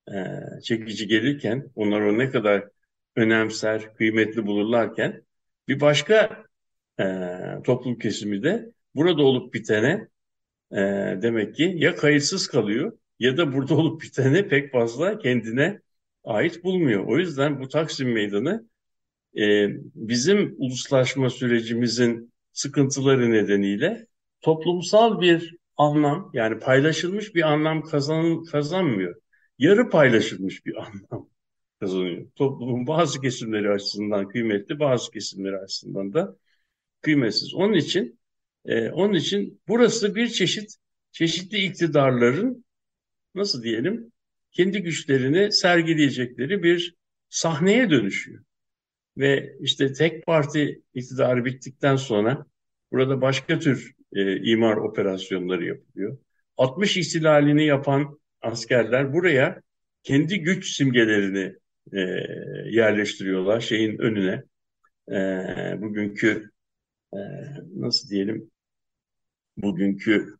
çekici gelirken, onları ne kadar önemser, kıymetli bulurlarken, bir başka toplum kesimi de burada olup bitene e, demek ki ya kayıtsız kalıyor ya da burada olup biteni pek fazla kendine ait bulmuyor. O yüzden bu Taksim Meydanı bizim uluslaşma sürecimizin sıkıntıları nedeniyle toplumsal bir anlam, yani paylaşılmış bir anlam kazanmıyor. Yarı paylaşılmış bir anlam kazanıyor. Toplumun bazı kesimleri açısından kıymetli, bazı kesimleri açısından da kıymetsiz. Onun için burası bir çeşitli iktidarların, nasıl diyelim, kendi güçlerini sergileyecekleri bir sahneye dönüşüyor. Ve işte tek parti iktidarı bittikten sonra burada başka tür imar operasyonları yapılıyor. 60 ihtilalini yapan askerler buraya kendi güç simgelerini e, yerleştiriyorlar şeyin önüne. Bugünkü e, nasıl diyelim, bugünkü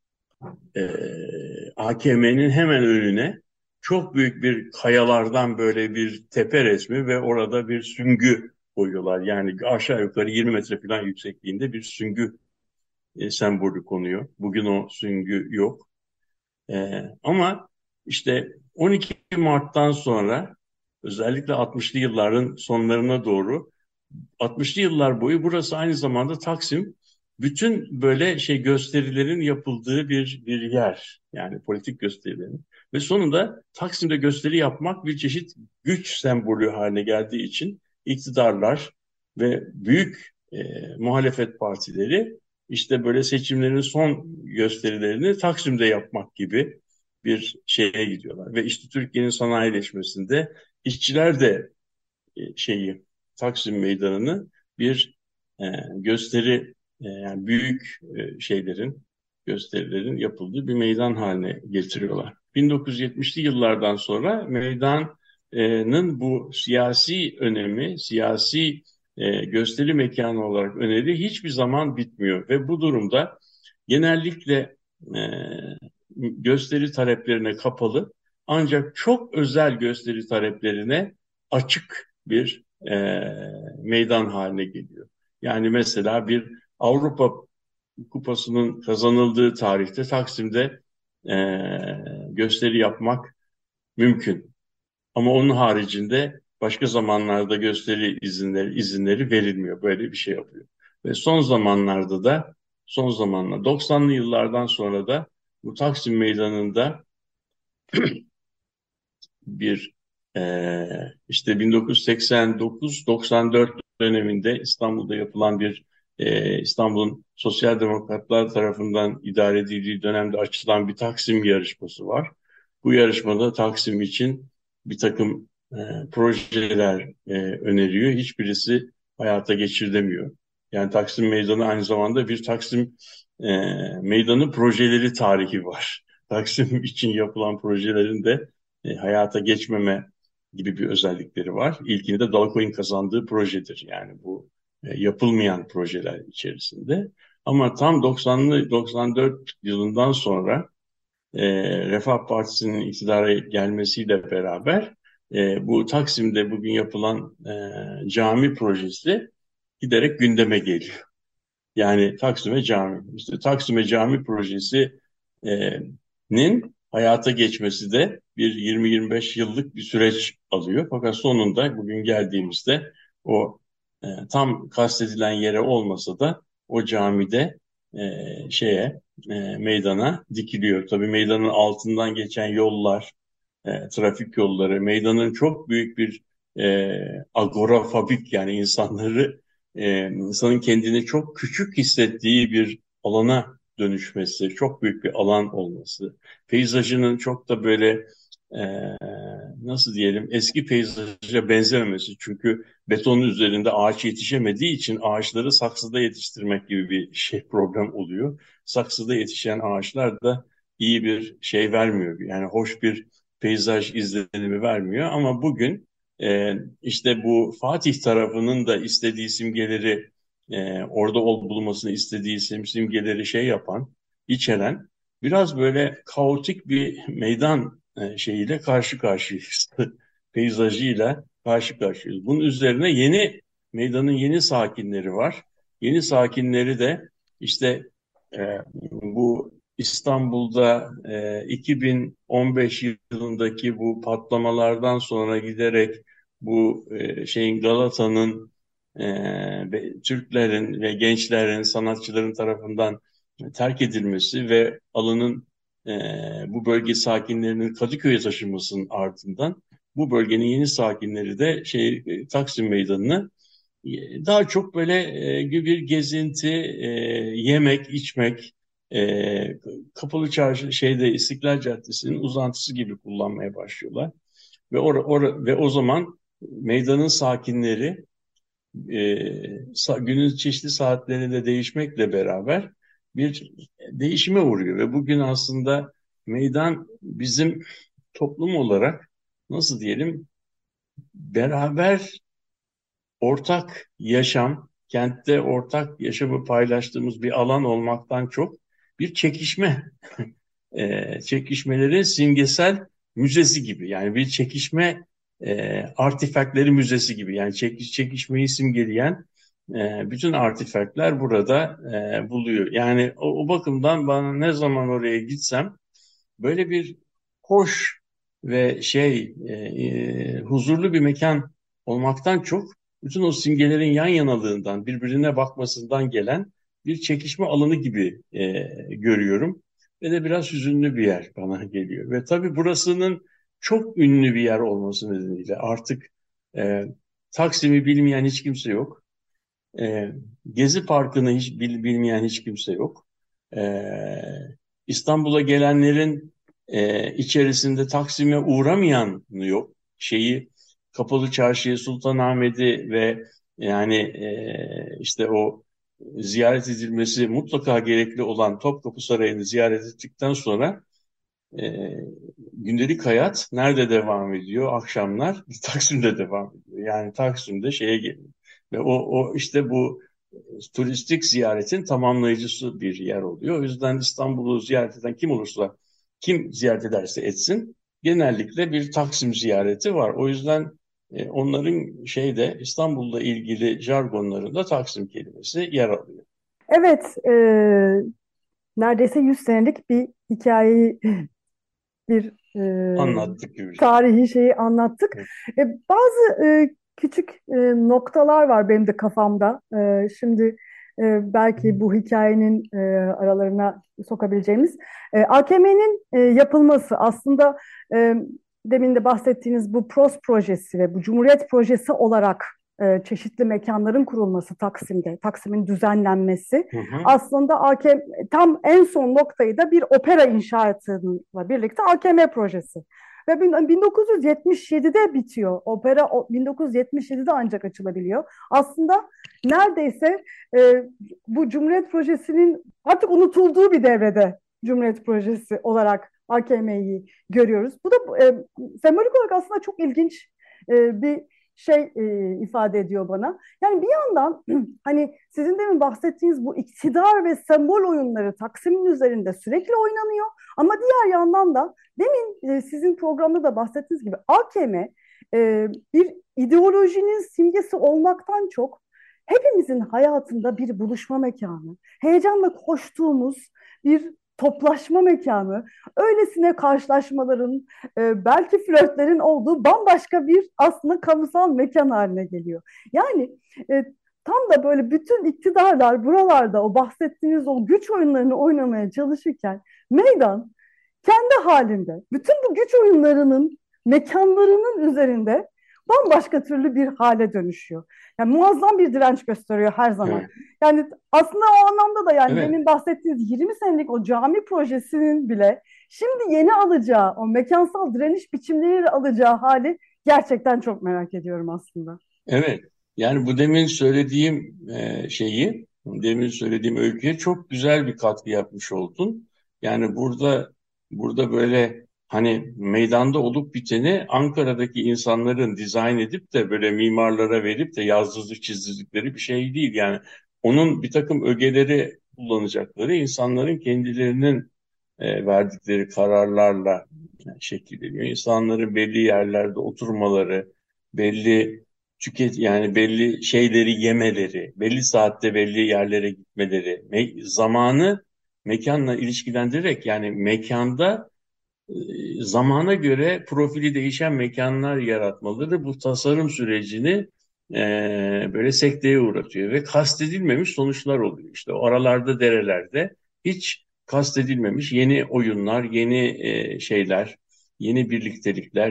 AKM'nin hemen önüne çok büyük bir kayalardan böyle bir tepe resmi ve orada bir süngü koyuyorlar. Yani aşağı yukarı 20 metre falan yüksekliğinde bir süngü sembolü konuyor. Bugün o süngü yok. Ama işte 12 Mart'tan sonra, özellikle 60'lı yılların sonlarına doğru, 60'lı yıllar boyu burası aynı zamanda Taksim, bütün böyle gösterilerin yapıldığı bir yer. Yani politik gösterilerin. Ve sonunda Taksim'de gösteri yapmak bir çeşit güç sembolü haline geldiği için iktidarlar ve büyük muhalefet partileri işte böyle seçimlerin son gösterilerini Taksim'de yapmak gibi bir şeye gidiyorlar. Ve işte Türkiye'nin sanayileşmesinde işçiler de şeyi Taksim Meydanı'nı bir gösteri, yani büyük gösterilerin yapıldığı bir meydan haline getiriyorlar. 1970'li yıllardan sonra meydanın bu siyasi önemi, siyasi gösteri mekanı olarak öneri hiçbir zaman bitmiyor ve bu durumda genellikle e, gösteri taleplerine kapalı, ancak çok özel gösteri taleplerine açık bir meydan haline geliyor. Yani mesela bir Avrupa Kupası'nın kazanıldığı tarihte Taksim'de e, gösteri yapmak mümkün. Ama onun haricinde başka zamanlarda gösteri izinleri verilmiyor. Böyle bir şey yapıyor. Ve son zamanlarda da son zamanlar 90'lı yıllardan sonra da bu Taksim Meydanı'nda bir işte 1989-94 döneminde İstanbul'da yapılan bir İstanbul'un Sosyal Demokratlar tarafından idare edildiği dönemde açılan bir Taksim yarışması var. Bu yarışmada Taksim için bir takım projeler öneriyor. Hiçbirisi hayata geçirilemiyor. Yani Taksim Meydanı aynı zamanda bir Taksim e, Meydanı projeleri tarihi var. Taksim için yapılan projelerin de hayata geçmeme gibi bir özellikleri var. İlkini de Dalkoj'un kazandığı projedir. Yani bu yapılmayan projeler içerisinde. Ama tam 90'lı 94 yılından sonra Refah Partisi'nin iktidara gelmesiyle beraber bu Taksim'de bugün yapılan cami projesi giderek gündeme geliyor. Yani Taksim'e cami. İşte Taksim'e cami projesinin hayata geçmesi de bir 20-25 yıllık bir süreç alıyor. Fakat sonunda bugün geldiğimizde o tam kastedilen yere olmasa da o camide meydana dikiliyor. Tabii meydanın altından geçen yollar, trafik yolları, meydanın çok büyük bir agorafobik yani insanın kendini çok küçük hissettiği bir alana dönüşmesi, çok büyük bir alan olması, peyzajının çok da böyle e, nasıl diyelim eski peyzaja benzememesi. Çünkü betonun üzerinde ağaç yetişemediği için ağaçları saksıda yetiştirmek gibi bir problem oluyor. Saksıda yetişen ağaçlar da iyi bir şey vermiyor. Yani hoş bir peyzaj izlenimi vermiyor. Ama bugün işte bu Fatih tarafının da istediği simgeleri orada bulunmasını istediği simgeleri yapan, içeren biraz böyle kaotik bir meydan şeyiyle karşı karşıyayız. Peyzajıyla karşı karşıyayız. Bunun üzerine meydanın yeni sakinleri var. Yeni sakinleri de işte bu İstanbul'da 2015 yılındaki bu patlamalardan sonra giderek bu Galata'nın Türklerin ve gençlerin, sanatçıların tarafından terk edilmesi ve alanın e, bu bölge sakinlerinin Kadıköy'e taşınmasının ardından bu bölgenin yeni sakinleri de Taksim Meydanı'nı daha çok böyle bir gezinti, yemek, içmek, e, Kapalı Çarşı İstiklal Caddesi'nin uzantısı gibi kullanmaya başlıyorlar. Ve o zaman meydanın sakinleri günün çeşitli saatlerinde değişmekle beraber bir değişime uğruyor. Ve bugün aslında meydan bizim toplum olarak nasıl diyelim beraber ortak yaşam, kentte ortak yaşamı paylaştığımız bir alan olmaktan çok bir çekişmelerin simgesel müzesi gibi. Yani bir çekişme artifakleri müzesi gibi. Yani çekişmeyi simgeleyen bütün artifaklar burada buluyor. Yani o bakımdan bana ne zaman oraya gitsem böyle bir hoş ve huzurlu bir mekan olmaktan çok bütün o simgelerin yan yanalığından, birbirine bakmasından gelen bir çekişme alanı gibi görüyorum. Ve de biraz hüzünlü bir yer bana geliyor. Ve tabii burasının çok ünlü bir yer olması nedeniyle artık e, Taksim'i bilmeyen hiç kimse yok. E, Gezi Parkı'nı hiç bilmeyen hiç kimse yok. E, İstanbul'a gelenlerin içerisinde Taksim'e uğramayan yok. Kapalı Çarşı'ya, Sultanahmet'i ve yani işte o ziyaret edilmesi mutlaka gerekli olan Topkapı Sarayı'nı ziyaret ettikten sonra e, gündelik hayat nerede devam ediyor? Akşamlar Taksim'de devam ediyor. Yani Taksim'de geliyor. Ve o işte bu turistik ziyaretin tamamlayıcısı bir yer oluyor. O yüzden İstanbul'u ziyaret eden kim ziyaret ederse etsin genellikle bir Taksim ziyareti var. O yüzden onların İstanbul'la ilgili jargonlarında Taksim kelimesi yer alıyor. Evet, neredeyse 100 senelik bir hikayeyi, bir Anlattık gibi bir şey. tarihi şeyi anlattık. Evet. Bazı küçük noktalar var benim de kafamda. Şimdi belki bu hikayenin aralarına sokabileceğimiz. AKM'nin yapılması aslında e, demin de bahsettiğiniz bu PROS projesi ve bu Cumhuriyet projesi olarak çeşitli mekanların kurulması Taksim'de, Taksim'in düzenlenmesi Hı hı. aslında AKM tam en son noktayı da bir opera inşaatıyla birlikte AKM projesi. Ve 1977'de bitiyor. Opera 1977'de ancak açılabiliyor. Aslında neredeyse bu Cumhuriyet Projesi'nin artık unutulduğu bir devrede Cumhuriyet Projesi olarak AKM'yi görüyoruz. Bu da sembolik olarak aslında çok ilginç bir şey ifade ediyor bana. Yani bir yandan hani sizin demin bahsettiğiniz bu iktidar ve sembol oyunları Taksim'in üzerinde sürekli oynanıyor. Ama diğer yandan da demin sizin programda da bahsettiğiniz gibi AKM bir ideolojinin simgesi olmaktan çok hepimizin hayatında bir buluşma mekanı, heyecanla koştuğumuz bir toplaşma mekanı, öylesine karşılaşmaların, belki flörtlerin olduğu bambaşka bir aslında kamusal mekan haline geliyor. Yani tam da böyle bütün iktidarlar buralarda o bahsettiğiniz o güç oyunlarını oynamaya çalışırken meydan kendi halinde bütün bu güç oyunlarının mekanlarının üzerinde bambaşka türlü bir hale dönüşüyor. Yani muazzam bir direnç gösteriyor her zaman. Evet. Yani aslında o anlamda da yani Evet. demin bahsettiğiniz 20 senelik o cami projesinin bile şimdi yeni alacağı o mekansal direniş biçimleriyle alacağı hali gerçekten çok merak ediyorum aslında. Evet. Yani bu demin söylediğim demin söylediğim öyküye çok güzel bir katkı yapmış oldun. Yani burada böyle hani meydanda olup biteni Ankara'daki insanların dizayn edip de böyle mimarlara verip de yazdırdık çizdirdikleri bir şey değil. Yani onun bir takım ögeleri kullanacakları insanların kendilerinin verdikleri kararlarla şekilleniyor. İnsanların belli yerlerde oturmaları, belli yani belli şeyleri yemeleri, belli saatte belli yerlere gitmeleri, zamanı mekanla ilişkilendirerek yani mekanda e, zamana göre profili değişen mekanlar yaratmaları bu tasarım sürecini böyle sekteye uğratıyor ve kastedilmemiş sonuçlar oluyor. İşte o aralarda derelerde hiç kastedilmemiş yeni oyunlar, yeni şeyler, yeni birliktelikler,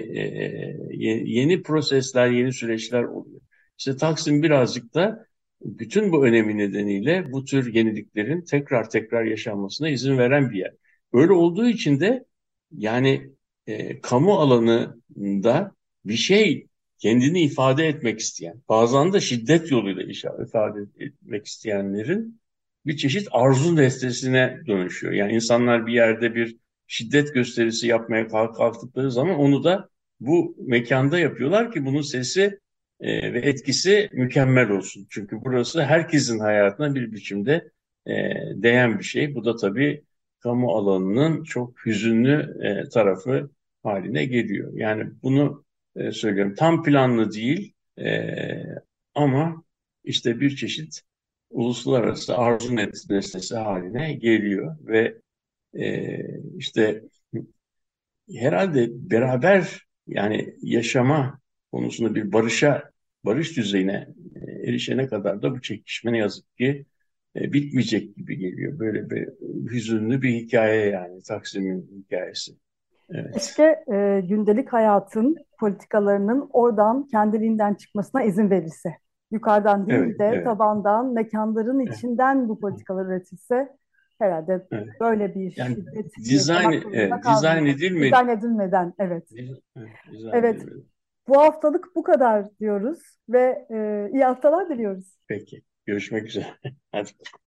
yeni prosesler, yeni süreçler oluyor. İşte Taksim birazcık da bütün bu önemi nedeniyle bu tür yeniliklerin tekrar tekrar yaşanmasına izin veren bir yer. Böyle olduğu için de yani kamu alanında bir şey kendini ifade etmek isteyen, bazen de şiddet yoluyla ifade etmek isteyenlerin bir çeşit arzu nesnesine dönüşüyor. Yani insanlar bir yerde bir şiddet gösterisi yapmaya kalktıkları zaman onu da bu mekanda yapıyorlar ki bunun sesi ve etkisi mükemmel olsun. Çünkü burası herkesin hayatına bir biçimde e, değen bir şey. Bu da tabii kamu alanının çok hüzünlü tarafı haline geliyor. Yani bunu söylüyorum. Tam planlı değil ama işte bir çeşit uluslararası arzu nesnesi haline geliyor ve işte herhalde beraber yani yaşama konusunda bir barış düzeyine erişene kadar da bu çekişme ne yazık ki bitmeyecek gibi geliyor. Böyle bir hüzünlü bir hikaye yani Taksim'in hikayesi. Evet. Keşke gündelik hayatın politikalarının oradan kendiliğinden çıkmasına izin verilse. Yukarıdan Evet, değil de evet, tabandan, mekanların evet, içinden bu politikalar üretilse herhalde evet. böyle bir Yani şiddet yaşamak durumunda dizayn kalmayacak. edilmedi. Dizayn edilmeden, evet. Dizayn Evet, edilmedi. bu haftalık bu kadar diyoruz ve iyi haftalar diliyoruz. Peki. Görüşmek üzere. Hadi.